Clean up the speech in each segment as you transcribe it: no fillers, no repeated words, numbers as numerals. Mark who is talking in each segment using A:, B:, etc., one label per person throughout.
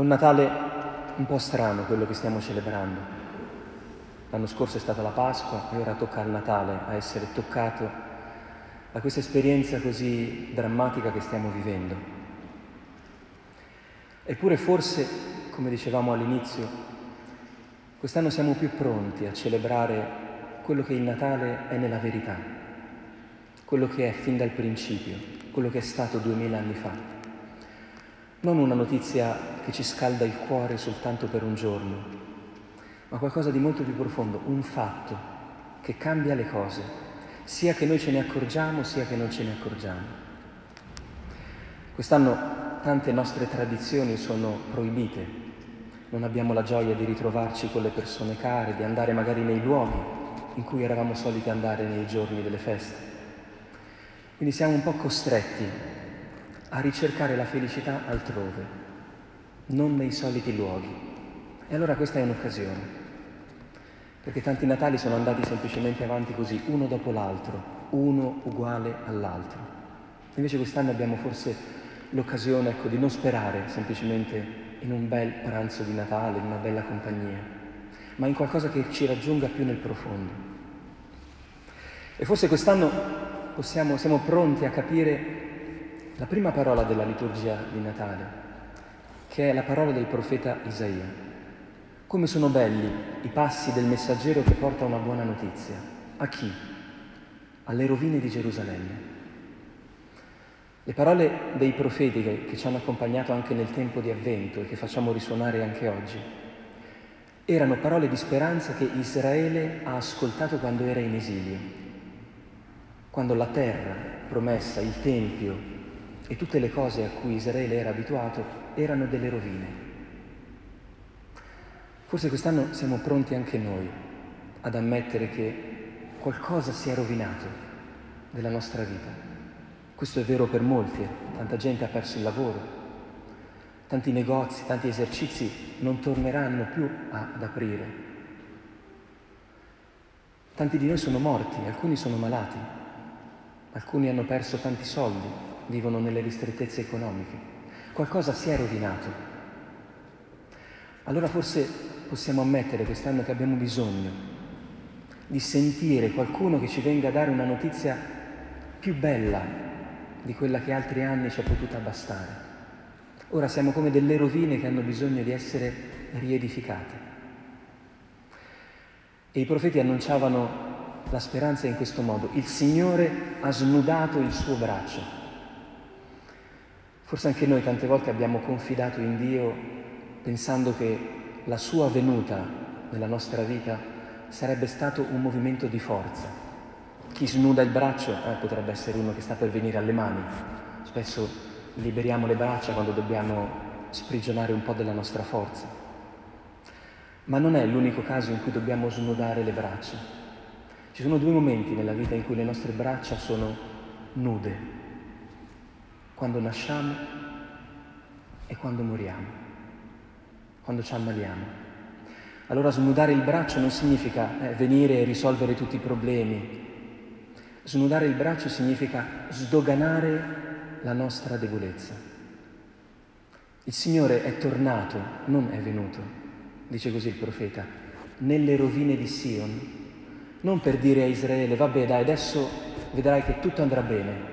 A: un Natale un po' strano quello che stiamo celebrando. L'anno scorso è stata la Pasqua e ora tocca al Natale a essere toccato da questa esperienza così drammatica che stiamo vivendo. Eppure forse, come dicevamo all'inizio, quest'anno siamo più pronti a celebrare quello che il Natale è nella verità, quello che è fin dal principio, quello che è stato 2000 anni fa. Non una notizia che ci scalda il cuore soltanto per un giorno, ma qualcosa di molto più profondo, un fatto che cambia le cose, sia che noi ce ne accorgiamo, sia che non ce ne accorgiamo. Quest'anno tante nostre tradizioni sono proibite, non abbiamo la gioia di ritrovarci con le persone care, di andare magari nei luoghi in cui eravamo soliti andare nei giorni delle feste. Quindi siamo un po' costretti a ricercare la felicità altrove, non nei soliti luoghi. E allora questa è un'occasione, perché tanti Natali sono andati semplicemente avanti così, uno dopo l'altro, uno uguale all'altro. Invece quest'anno abbiamo forse l'occasione, di non sperare semplicemente in un bel pranzo di Natale, in una bella compagnia, ma in qualcosa che ci raggiunga più nel profondo. E forse quest'anno siamo pronti a capire la prima parola della liturgia di Natale, che è la parola del profeta Isaia. Come sono belli i passi del messaggero che porta una buona notizia. A chi? Alle rovine di Gerusalemme. Le parole dei profeti che ci hanno accompagnato anche nel tempo di Avvento e che facciamo risuonare anche oggi, erano parole di speranza che Israele ha ascoltato quando era in esilio, quando la terra promessa, il Tempio e tutte le cose a cui Israele era abituato erano delle rovine. Forse quest'anno siamo pronti anche noi ad ammettere che qualcosa si è rovinato della nostra vita. Questo è vero per molti, tanta gente ha perso il lavoro, tanti negozi, tanti esercizi non torneranno più ad aprire. Tanti di noi sono morti, alcuni sono malati, alcuni hanno perso tanti soldi, vivono nelle ristrettezze economiche. Qualcosa si è rovinato. Allora forse possiamo ammettere quest'anno che abbiamo bisogno di sentire qualcuno che ci venga a dare una notizia più bella di quella che altri anni ci è potuta bastare. Ora siamo come delle rovine che hanno bisogno di essere riedificate. E i profeti annunciavano la speranza in questo modo: il Signore ha snudato il suo braccio. Forse anche noi tante volte abbiamo confidato in Dio pensando che la sua venuta nella nostra vita sarebbe stato un movimento di forza. Chi snuda il braccio potrebbe essere uno che sta per venire alle mani. Spesso liberiamo le braccia quando dobbiamo sprigionare un po' della nostra forza. Ma non è l'unico caso in cui dobbiamo snudare le braccia. Ci sono due momenti nella vita in cui le nostre braccia sono nude: quando nasciamo e quando moriamo, quando ci ammaliamo. Allora snudare il braccio non significa venire e risolvere tutti i problemi. Snudare il braccio significa sdoganare la nostra debolezza. Il Signore è tornato, non è venuto, dice così il profeta, nelle rovine di Sion, non per dire a Israele: vabbè dai, adesso vedrai che tutto andrà bene.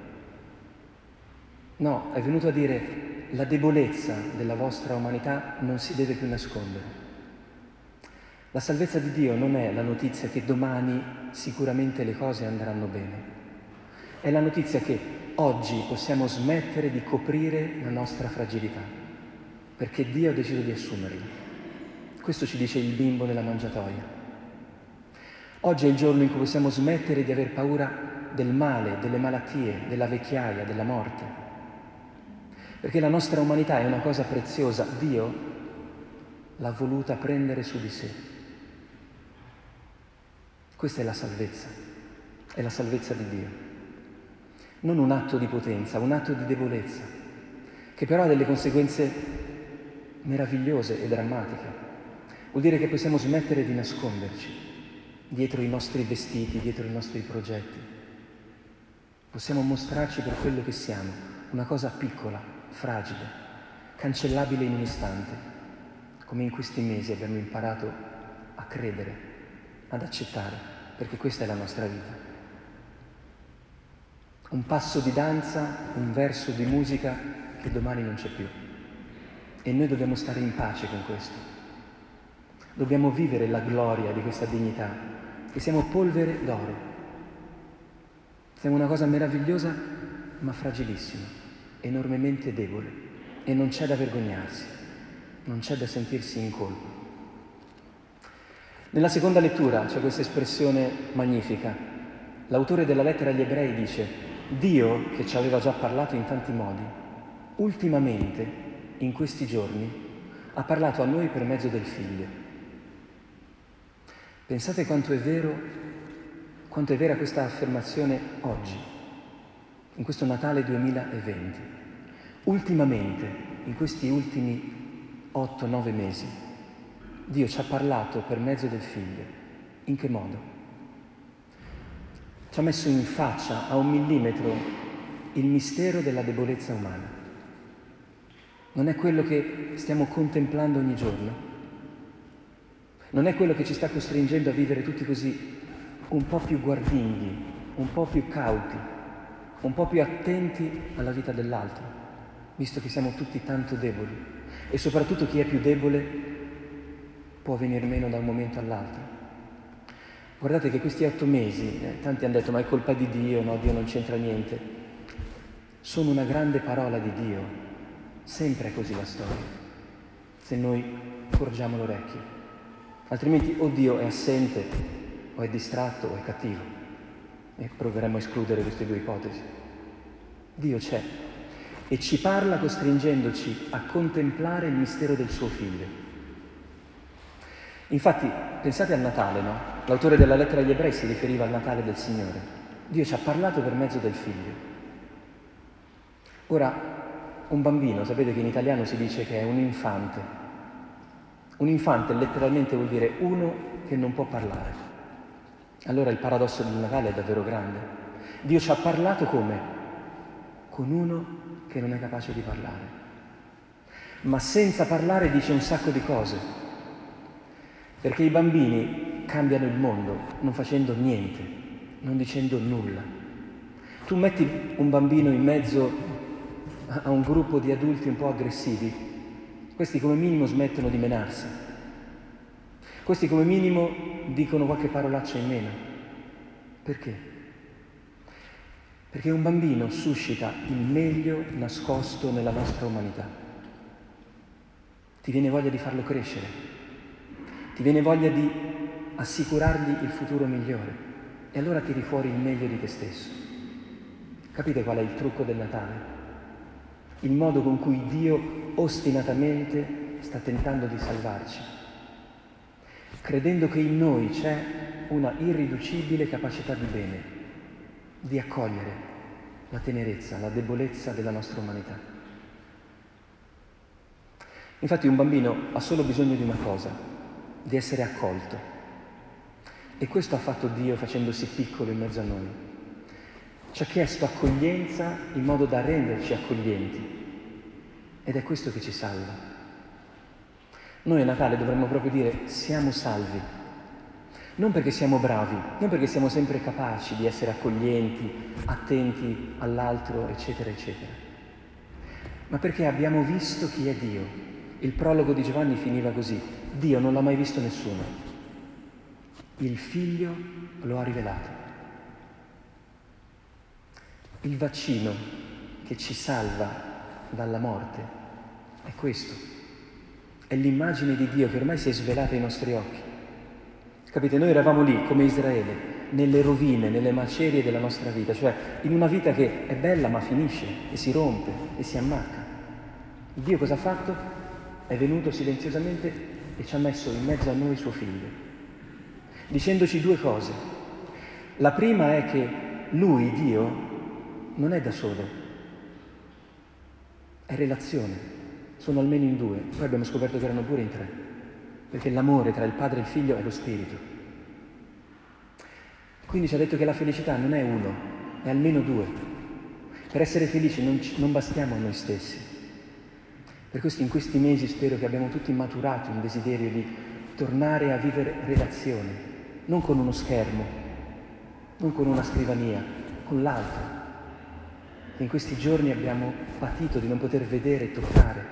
A: No, è venuto a dire: la debolezza della vostra umanità non si deve più nascondere. La salvezza di Dio non è la notizia che domani sicuramente le cose andranno bene. È la notizia che oggi possiamo smettere di coprire la nostra fragilità, perché Dio ha deciso di assumerla. Questo ci dice il bimbo nella mangiatoia. Oggi è il giorno in cui possiamo smettere di aver paura del male, delle malattie, della vecchiaia, della morte. Perché la nostra umanità è una cosa preziosa, Dio l'ha voluta prendere su di sé. Questa è la salvezza di Dio. Non un atto di potenza, un atto di debolezza, che però ha delle conseguenze meravigliose e drammatiche. Vuol dire che possiamo smettere di nasconderci dietro i nostri vestiti, dietro i nostri progetti. Possiamo mostrarci per quello che siamo, una cosa piccola, fragile, cancellabile in un istante, come in questi mesi abbiamo imparato a credere, ad accettare, perché questa è la nostra vita. Un passo di danza, un verso di musica che domani non c'è più. E noi dobbiamo stare in pace con questo. Dobbiamo vivere la gloria di questa dignità, che siamo polvere d'oro. Siamo una cosa meravigliosa, ma fragilissima, enormemente debole. E non c'è da vergognarsi, non c'è da sentirsi in colpa. Nella seconda lettura c'è questa espressione magnifica. L'autore della lettera agli Ebrei dice: Dio, che ci aveva già parlato in tanti modi, ultimamente, in questi giorni, ha parlato a noi per mezzo del Figlio. Pensate quanto è vera questa affermazione oggi, in questo Natale 2020. Ultimamente, in questi ultimi 8-9 mesi, Dio ci ha parlato per mezzo del Figlio. In che modo? Ci ha messo in faccia a 1 millimetro il mistero della debolezza umana. Non è quello che stiamo contemplando ogni giorno. Non è quello che ci sta costringendo a vivere tutti così, un po' più guardinghi, un po' più cauti, un po' più attenti alla vita dell'altro, visto che siamo tutti tanto deboli e soprattutto chi è più debole può venir meno da un momento all'altro. Guardate che questi 8 mesi, tanti hanno detto ma è colpa di Dio, no, Dio non c'entra niente, sono una grande parola di Dio, sempre è così la storia, se noi porgiamo l'orecchio, altrimenti o Dio è assente, o è distratto, o è cattivo, e proveremo a escludere queste due ipotesi. Dio c'è e ci parla costringendoci a contemplare il mistero del suo Figlio. Infatti, pensate al Natale, no? L'autore della lettera agli Ebrei si riferiva al Natale del Signore. Dio ci ha parlato per mezzo del Figlio. Ora, un bambino, sapete che in italiano si dice che è un infante. Un infante letteralmente vuol dire uno che non può parlare. Allora il paradosso del Natale è davvero grande. Dio ci ha parlato come? Con uno che non è capace di parlare. Ma senza parlare dice un sacco di cose. Perché i bambini cambiano il mondo non facendo niente, non dicendo nulla. Tu metti un bambino in mezzo a un gruppo di adulti un po' aggressivi, questi come minimo smettono di menarsi. Questi come minimo dicono qualche parolaccia in meno. Perché? Perché un bambino suscita il meglio nascosto nella nostra umanità. Ti viene voglia di farlo crescere, ti viene voglia di assicurargli il futuro migliore e allora tiri fuori il meglio di te stesso. Capite qual è il trucco del Natale? Il modo con cui Dio ostinatamente sta tentando di salvarci, credendo che in noi c'è una irriducibile capacità di bene, di accogliere la tenerezza, la debolezza della nostra umanità. Infatti un bambino ha solo bisogno di una cosa, di essere accolto. E questo ha fatto Dio facendosi piccolo in mezzo a noi. Ci ha chiesto accoglienza in modo da renderci accoglienti. Ed è questo che ci salva. Noi a Natale dovremmo proprio dire siamo salvi. Non perché siamo bravi, non perché siamo sempre capaci di essere accoglienti, attenti all'altro, eccetera, eccetera, ma perché abbiamo visto chi è Dio. Il prologo di Giovanni finiva così: Dio non l'ha mai visto nessuno, il Figlio lo ha rivelato. Il vaccino che ci salva dalla morte è questo, è l'immagine di Dio che ormai si è svelata ai nostri occhi. Capite, noi eravamo lì, come Israele, nelle rovine, nelle macerie della nostra vita, cioè in una vita che è bella ma finisce e si rompe e si ammacca. Dio cosa ha fatto? È venuto silenziosamente e ci ha messo in mezzo a noi suo Figlio, dicendoci due cose. La prima è che Lui, Dio, non è da solo, è relazione, sono almeno in due, poi abbiamo scoperto che erano pure in tre. Perché l'amore tra il Padre e il Figlio è lo Spirito. Quindi ci ha detto che la felicità non è uno, è almeno due. Per essere felici non bastiamo a noi stessi. Per questo in questi mesi spero che abbiamo tutti maturato un desiderio di tornare a vivere relazione, non con uno schermo, non con una scrivania, con l'altro, che in questi giorni abbiamo patito di non poter vedere e toccare.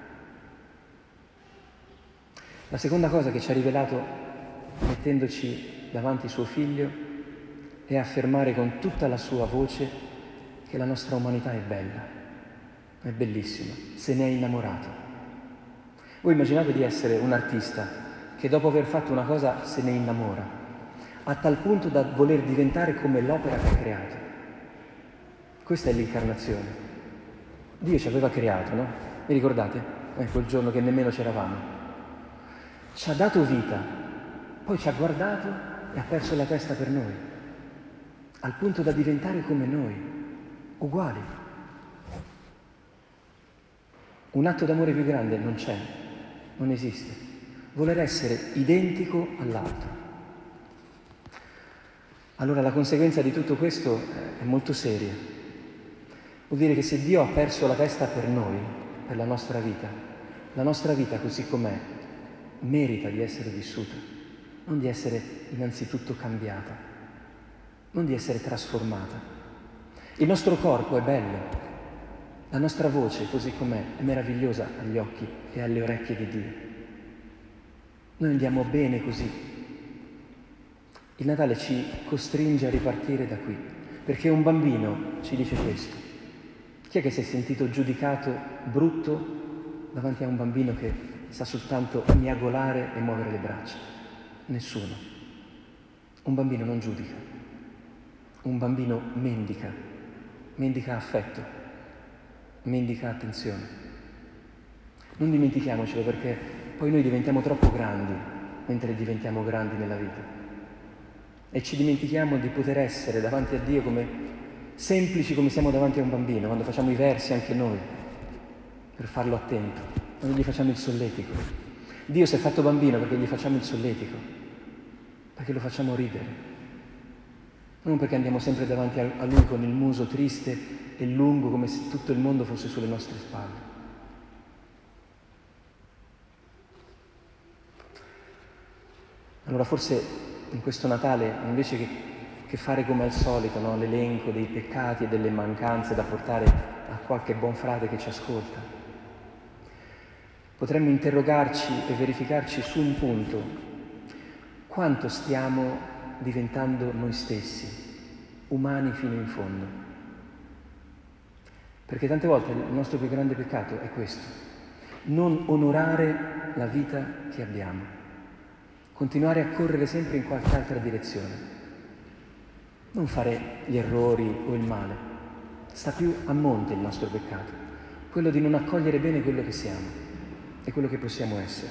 A: La seconda cosa che ci ha rivelato mettendoci davanti suo figlio è affermare con tutta la sua voce che la nostra umanità è bella. È bellissima, se ne è innamorato. Voi immaginate di essere un artista che dopo aver fatto una cosa se ne innamora, a tal punto da voler diventare come l'opera che ha creato. Questa è l'incarnazione. Dio ci aveva creato, no? Vi ricordate? Quel giorno che nemmeno c'eravamo. Ci ha dato vita, poi ci ha guardato e ha perso la testa per noi, al punto da diventare come noi, uguali. Un atto d'amore più grande non c'è, non esiste. Voler essere identico all'altro. Allora la conseguenza di tutto questo è molto seria. Vuol dire che se Dio ha perso la testa per noi, per la nostra vita così com'è, merita di essere vissuta, non di essere innanzitutto cambiata, non di essere trasformata. Il nostro corpo è bello. La nostra voce, così com'è, è meravigliosa agli occhi e alle orecchie di Dio. Noi andiamo bene così. Il Natale ci costringe a ripartire da qui, perché un bambino ci dice questo. Chi è che si è sentito giudicato brutto davanti a un bambino che sa soltanto miagolare e muovere le braccia? Nessuno. Un bambino non giudica. Un bambino mendica affetto. Mendica attenzione. Non dimentichiamocelo, perché poi noi diventiamo troppo grandi mentre diventiamo grandi nella vita e ci dimentichiamo di poter essere davanti a Dio come semplici come siamo davanti a un bambino, quando facciamo i versi anche noi per farlo attento, quando gli facciamo il solletico. Dio si è fatto bambino perché gli facciamo il solletico, perché lo facciamo ridere, non perché andiamo sempre davanti a Lui con il muso triste e lungo come se tutto il mondo fosse sulle nostre spalle. Allora forse in questo Natale, invece che fare come al solito, no? L'elenco dei peccati e delle mancanze da portare a qualche buon frate che ci ascolta, potremmo interrogarci e verificarci su un punto: quanto stiamo diventando noi stessi, umani fino in fondo? Perché tante volte il nostro più grande peccato è questo: non onorare la vita che abbiamo, continuare a correre sempre in qualche altra direzione, non fare gli errori o il male. Sta più a monte il nostro peccato, quello di non accogliere bene quello che siamo e quello che possiamo essere.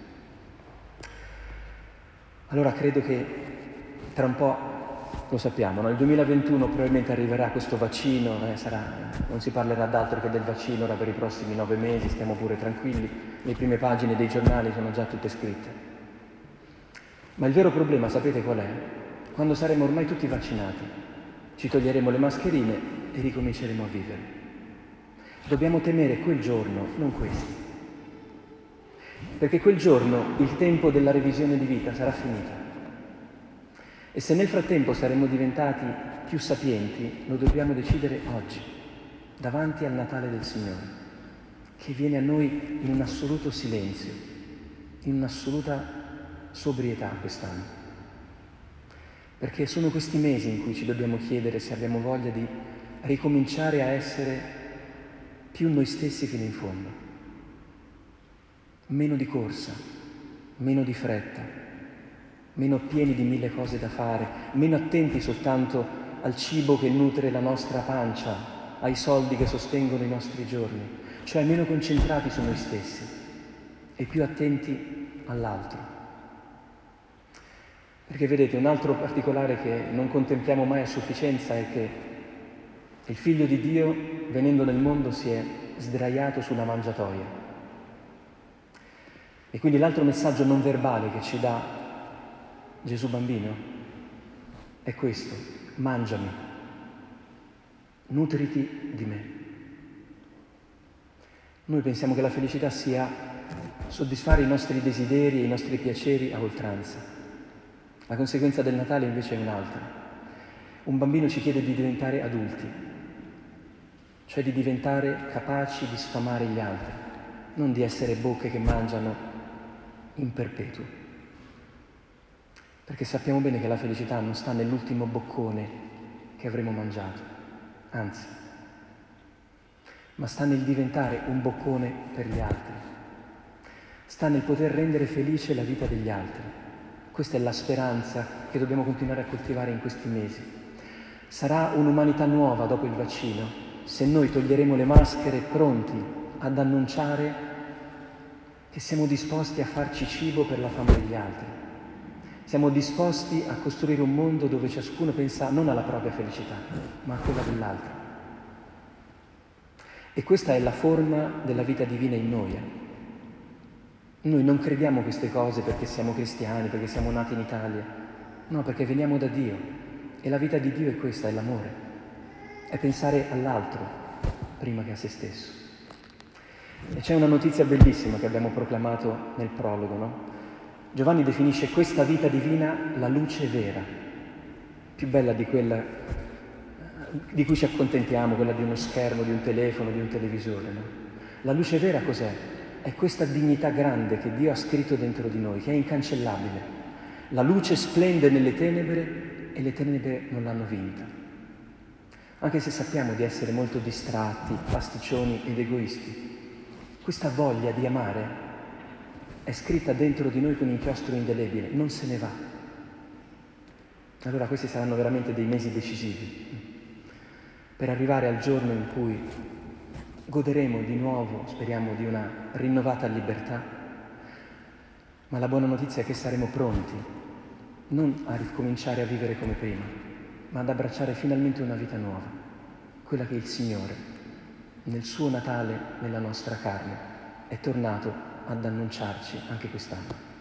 A: Allora credo che tra un po', lo sappiamo, nel 2021 probabilmente arriverà questo vaccino, non si parlerà d'altro che del vaccino ora per i prossimi 9 mesi, stiamo pure tranquilli, le prime pagine dei giornali sono già tutte scritte. Ma il vero problema, sapete qual è? Quando saremo ormai tutti vaccinati, ci toglieremo le mascherine e ricominceremo a vivere. Dobbiamo temere quel giorno, non questo. Perché quel giorno il tempo della revisione di vita sarà finito. E se nel frattempo saremo diventati più sapienti, lo dobbiamo decidere oggi, davanti al Natale del Signore, che viene a noi in un assoluto silenzio, in un'assoluta sobrietà quest'anno. Perché sono questi mesi in cui ci dobbiamo chiedere se abbiamo voglia di ricominciare a essere più noi stessi fino in fondo. Meno di corsa, meno di fretta, meno pieni di 1000 cose da fare, meno attenti soltanto al cibo che nutre la nostra pancia, ai soldi che sostengono i nostri giorni, cioè meno concentrati su noi stessi e più attenti all'altro. Perché vedete, un altro particolare che non contempliamo mai a sufficienza è che il Figlio di Dio, venendo nel mondo, si è sdraiato sulla mangiatoia. E quindi l'altro messaggio non verbale che ci dà Gesù bambino è questo: mangiami, nutriti di me. Noi pensiamo che la felicità sia soddisfare i nostri desideri e i nostri piaceri a oltranza. La conseguenza del Natale invece è un'altra. Un bambino ci chiede di diventare adulti, cioè di diventare capaci di sfamare gli altri, non di essere bocche che mangiano in perpetuo. Perché sappiamo bene che la felicità non sta nell'ultimo boccone che avremo mangiato, anzi, ma sta nel diventare un boccone per gli altri, sta nel poter rendere felice la vita degli altri. Questa è la speranza che dobbiamo continuare a coltivare in questi mesi. Sarà un'umanità nuova dopo il vaccino se noi toglieremo le maschere pronti ad annunciare che siamo disposti a farci cibo per la fame degli altri. Siamo disposti a costruire un mondo dove ciascuno pensa non alla propria felicità, ma a quella dell'altro. E questa è la forma della vita divina in noi. Noi non crediamo queste cose perché siamo cristiani, perché siamo nati in Italia. No, perché veniamo da Dio. E la vita di Dio è questa, è l'amore. È pensare all'altro prima che a se stesso. E c'è una notizia bellissima che abbiamo proclamato nel prologo, no? Giovanni definisce questa vita divina la luce vera, più bella di quella di cui ci accontentiamo, quella di uno schermo, di un telefono, di un televisore, no? La luce vera cos'è? È questa dignità grande che Dio ha scritto dentro di noi, che è incancellabile. La luce splende nelle tenebre e le tenebre non l'hanno vinta. Anche se sappiamo di essere molto distratti, pasticcioni ed egoisti, questa voglia di amare è scritta dentro di noi con inchiostro indelebile, non se ne va. Allora questi saranno veramente dei mesi decisivi per arrivare al giorno in cui goderemo di nuovo, speriamo, di una rinnovata libertà, ma la buona notizia è che saremo pronti non a ricominciare a vivere come prima, ma ad abbracciare finalmente una vita nuova, quella che il Signore, nel suo Natale, nella nostra carne, è tornato ad annunciarci anche quest'anno.